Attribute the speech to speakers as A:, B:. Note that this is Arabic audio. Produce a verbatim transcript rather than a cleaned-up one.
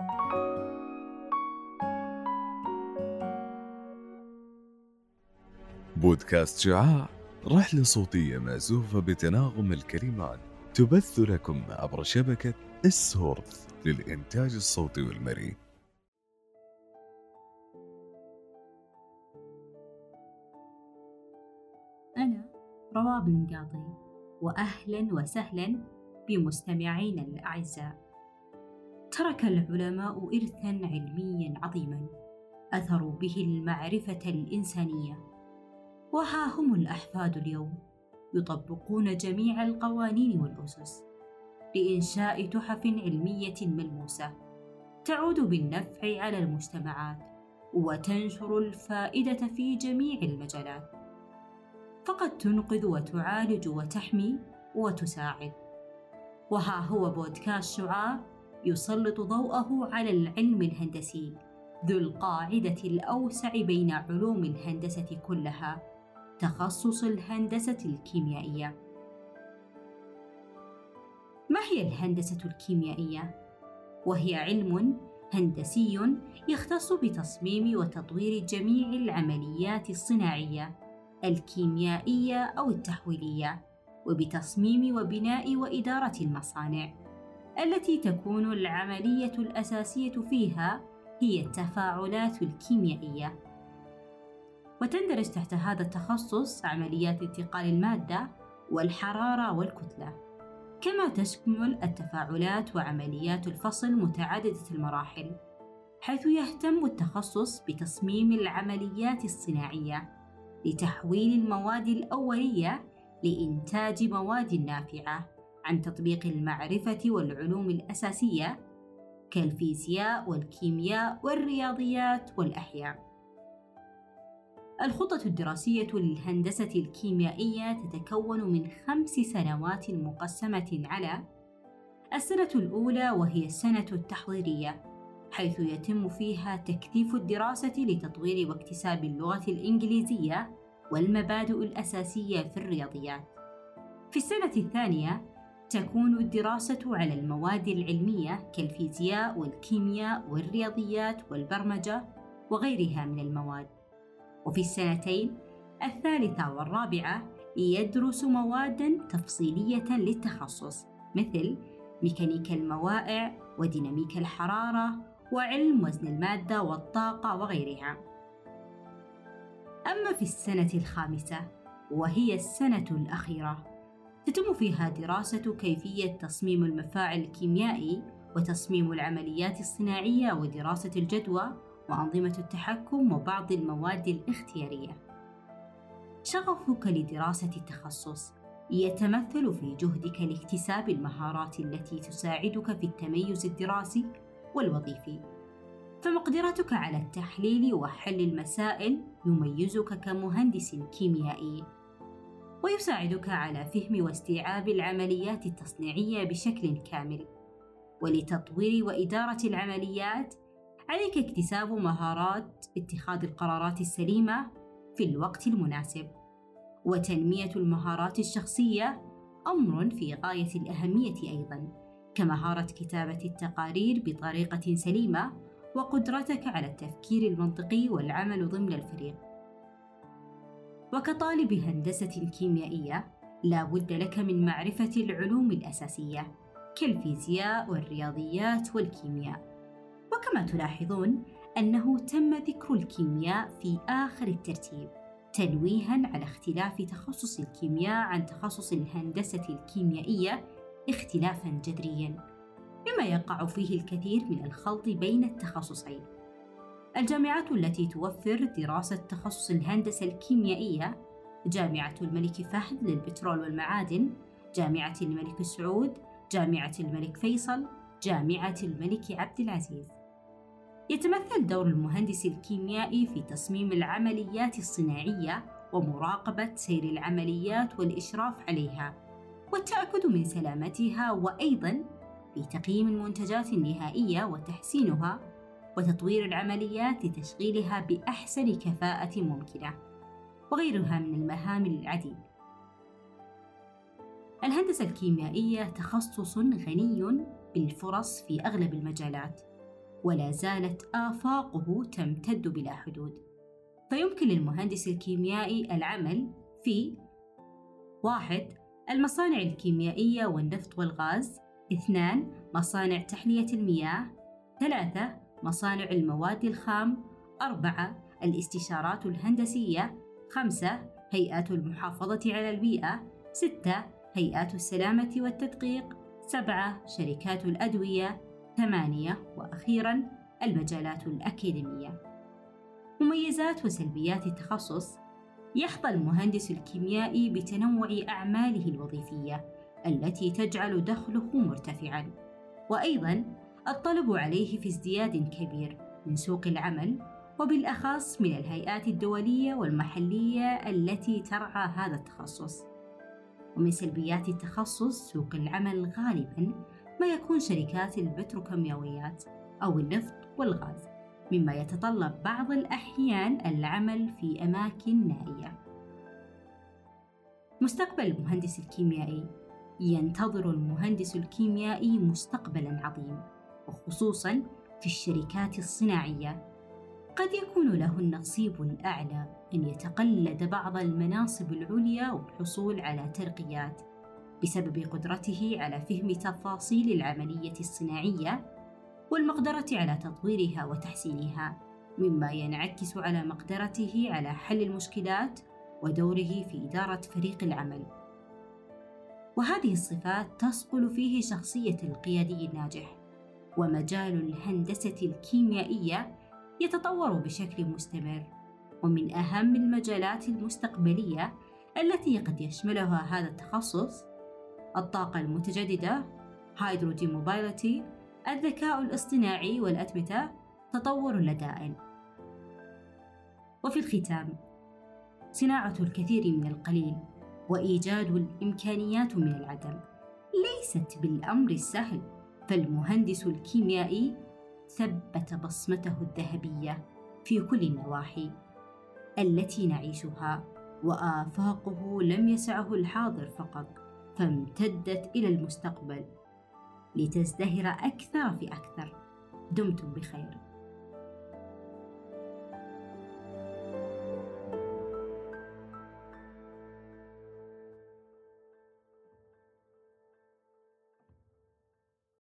A: بودكاست شعاع، رحلة صوتية مأزوفة بتناغم الكلمات، تبث لكم عبر شبكة السورث للإنتاج الصوتي والمرئي.
B: أنا رواب المقاطي، وأهلا وسهلا بمستمعينا الأعزاء. ترك العلماء إرثا علميا عظيما أثروا به المعرفة الإنسانية، وها هم الأحفاد اليوم يطبقون جميع القوانين والأسس لإنشاء تحف علمية ملموسة تعود بالنفع على المجتمعات وتنشر الفائدة في جميع المجالات، فقد تنقذ وتعالج وتحمي وتساعد. وها هو بودكاست شعاع يسلط ضوءه على العلم الهندسي ذو القاعدة الأوسع بين علوم الهندسة كلها، تخصص الهندسة الكيميائية. ما هي الهندسة الكيميائية؟ وهي علم هندسي يختص بتصميم وتطوير جميع العمليات الصناعية الكيميائية أو التحويلية، وبتصميم وبناء وإدارة المصانع التي تكون العملية الأساسية فيها هي التفاعلات الكيميائية. وتندرج تحت هذا التخصص عمليات انتقال المادة والحرارة والكتلة، كما تشمل التفاعلات وعمليات الفصل متعددة المراحل، حيث يهتم التخصص بتصميم العمليات الصناعية لتحويل المواد الأولية لإنتاج مواد نافعة عن تطبيق المعرفة والعلوم الأساسية كالفيزياء والكيمياء والرياضيات والأحياء. الخطة الدراسية للهندسة الكيميائية تتكون من خمس سنوات مقسمة على: السنة الأولى وهي السنة التحضيرية، حيث يتم فيها تكثيف الدراسة لتطوير واكتساب اللغة الإنجليزية والمبادئ الأساسية في الرياضيات. في السنة الثانية تكون الدراسة على المواد العلمية كالفيزياء والكيمياء والرياضيات والبرمجة وغيرها من المواد. وفي السنتين الثالثة والرابعة يدرس موادا تفصيلية للتخصص مثل ميكانيكا الموائع وديناميكا الحرارة وعلم وزن المادة والطاقة وغيرها. أما في السنة الخامسة وهي السنة الأخيرة تتم فيها دراسة كيفية تصميم المفاعل الكيميائي وتصميم العمليات الصناعية ودراسة الجدوى وأنظمة التحكم وبعض المواد الاختيارية. شغفك لدراسة التخصص يتمثل في جهدك لاكتساب المهارات التي تساعدك في التميز الدراسي والوظيفي، فمقدرتك على التحليل وحل المسائل يميزك كمهندس كيميائي، ويساعدك على فهم واستيعاب العمليات التصنيعية بشكل كامل. ولتطوير وإدارة العمليات عليك اكتساب مهارات اتخاذ القرارات السليمة في الوقت المناسب. وتنمية المهارات الشخصية أمر في غاية الأهمية أيضاً، كمهارة كتابة التقارير بطريقة سليمة وقدرتك على التفكير المنطقي والعمل ضمن الفريق. وكطالب هندسة كيميائية لا بد لك من معرفة العلوم الأساسية كالفيزياء والرياضيات والكيمياء. وكما تلاحظون أنه تم ذكر الكيمياء في آخر الترتيب تنويهاً على اختلاف تخصص الكيمياء عن تخصص الهندسة الكيميائية اختلافاً جذرياً، مما يقع فيه الكثير من الخلط بين التخصصين. الجامعات التي توفر دراسة تخصص الهندسة الكيميائية: جامعة الملك فهد للبترول والمعادن، جامعة الملك سعود، جامعة الملك فيصل، جامعة الملك عبد العزيز. يتمثل دور المهندس الكيميائي في تصميم العمليات الصناعية ومراقبة سير العمليات والإشراف عليها والتأكد من سلامتها، وأيضاً في تقييم المنتجات النهائية وتحسينها وتطوير العمليات لتشغيلها بأحسن كفاءة ممكنة، وغيرها من المهام العديدة. الهندسة الكيميائية تخصص غني بالفرص في أغلب المجالات، ولا زالت آفاقه تمتد بلا حدود. فيمكن للمهندس الكيميائي العمل في: واحد المصانع الكيميائية والنفط والغاز. اثنان مصانع تحلية المياه. ثلاثة مصانع المواد الخام. أربعة الاستشارات الهندسية. خمسة هيئات المحافظة على البيئة. ستة هيئات السلامة والتدقيق. سبعة شركات الأدوية. ثمانية وأخيراً المجالات الأكاديمية. مميزات وسلبيات التخصص: يحظى المهندس الكيميائي بتنوع أعماله الوظيفية التي تجعل دخله مرتفعاً، وأيضاً الطلب عليه في ازدياد كبير من سوق العمل، وبالأخص من الهيئات الدولية والمحلية التي ترعى هذا التخصص. ومن سلبيات التخصص سوق العمل غالباً ما يكون شركات البتروكيماويات أو النفط والغاز، مما يتطلب بعض الأحيان العمل في أماكن نائية. مستقبل المهندس الكيميائي: ينتظر المهندس الكيميائي مستقبلاً عظيم، وخصوصاً في الشركات الصناعية. قد يكون له النصيب الأعلى أن يتقلد بعض المناصب العليا والحصول على ترقيات بسبب قدرته على فهم تفاصيل العملية الصناعية والمقدرة على تطويرها وتحسينها، مما ينعكس على مقدرته على حل المشكلات ودوره في إدارة فريق العمل. وهذه الصفات تصقل فيه شخصية القيادي الناجح. ومجال الهندسة الكيميائية يتطور بشكل مستمر، ومن أهم المجالات المستقبلية التي قد يشملها هذا التخصص الطاقة المتجددة، هيدروجين موبيليتي، الذكاء الاصطناعي والأتمتة، تطور اللدائن. وفي الختام، صناعة الكثير من القليل وإيجاد الإمكانيات من العدم ليست بالأمر السهل، فالمهندس الكيميائي ثبت بصمته الذهبية في كل النواحي التي نعيشها، وآفاقه لم يسعه الحاضر فقط، فامتدت إلى المستقبل لتزدهر أكثر في أكثر. دمتم بخير.